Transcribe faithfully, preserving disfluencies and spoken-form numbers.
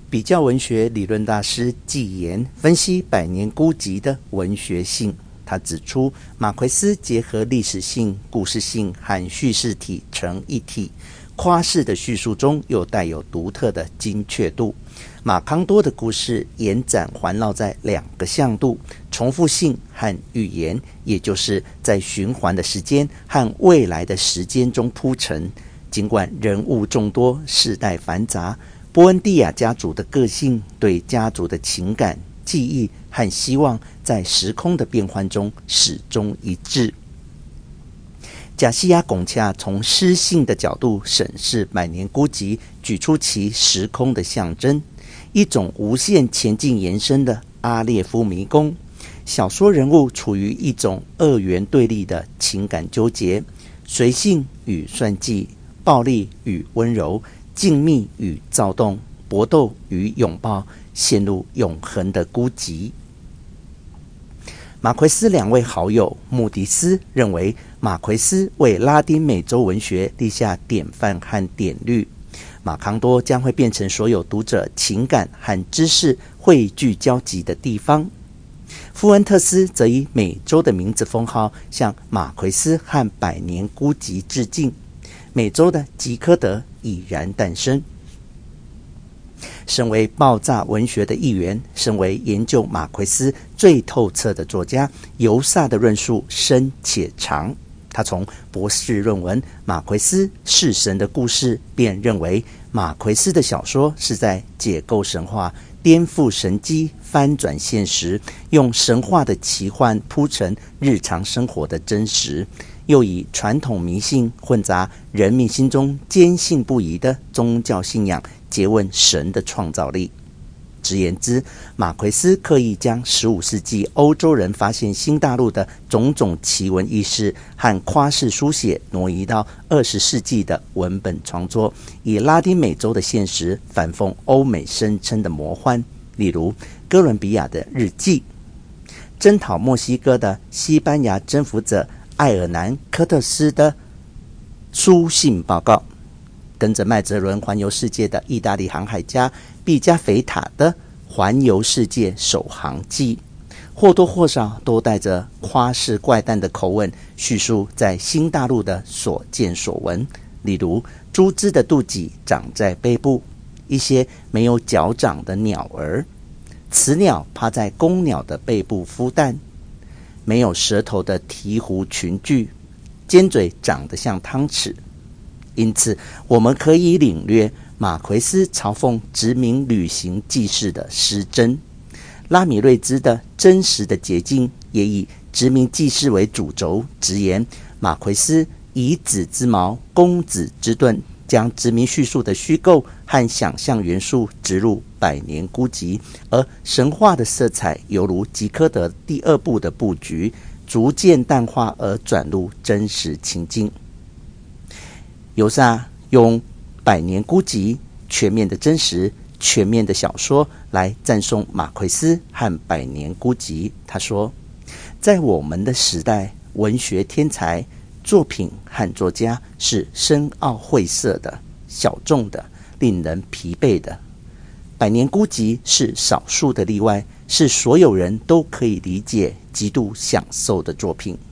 比较文学理论大师纪言分析《百年孤寂》的文学性。他指出，马奎斯结合历史性、故事性和叙事体成一体，夸饰的叙述中又带有独特的精确度。马康多的故事延展环绕在两个向度：重复性和预言，也就是在循环的时间和未来的时间中铺陈。尽管人物众多，世代繁杂，波恩蒂亚家族的个性、对家族的情感、记忆和希望在时空的变换中始终一致。贾西亚贡恰从诗性的角度审视《百年孤寂》，举出其时空的象征，一种无限前进延伸的阿列夫迷宫。小说人物处于一种二元对立的情感纠结，随性与算计，暴力与温柔，静谧与躁动，搏斗与拥抱，陷入永恒的孤寂。马奎斯两位好友穆迪斯认为，马奎斯为拉丁美洲文学立下典范和典律，马康多将会变成所有读者情感和知识汇聚交集的地方。富恩特斯则以美洲的名字封号向马奎斯和百年孤寂致敬，美洲的吉科德已然诞生。身为爆炸文学的一员，身为研究马奎斯最透彻的作家，尤萨的论述深且长。他从博士论文《马奎斯是神的故事》便认为，马奎斯的小说是在解构神话、颠覆神机、翻转现实，用神话的奇幻铺陈日常生活的真实，又以传统迷信混杂人民心中坚信不疑的宗教信仰，诘问神的创造力。直言之，马奎斯刻意将十五世纪欧洲人发现新大陆的种种奇闻异事和夸饰书写挪移到二十世纪的文本创作，以拉丁美洲的现实反讽欧美声称的魔幻，例如哥伦比亚的日记，征讨墨西哥的西班牙征服者艾尔南科特斯的书信报告，跟着麦哲伦环游世界的意大利航海家毕加菲塔的环游世界首航记，或多或少都带着夸饰怪诞的口吻，叙述在新大陆的所见所闻，例如猪只的肚脐长在背部，一些没有脚掌的鸟儿，雌鸟趴在公鸟的背部孵蛋，没有舌头的鹈鹕群聚，尖嘴长得像汤匙。因此，我们可以领略马奎斯嘲讽殖民旅行记事的失真。拉米瑞兹的真实的捷径也以殖民记事为主轴，直言马奎斯以子之矛攻子之盾，将殖民叙述的虚构和想象元素植入百年孤寂，而神话的色彩犹如吉科德第二部的布局，逐渐淡化而转入真实情境。尤萨用百年孤寂、全面的真实、全面的小说来赞颂马奎斯和百年孤寂。他说，在我们的时代，文学天才、作品和作家是深奥晦涩的、小众的、令人疲惫的。百年孤寂是少数的例外，是所有人都可以理解、极度享受的作品。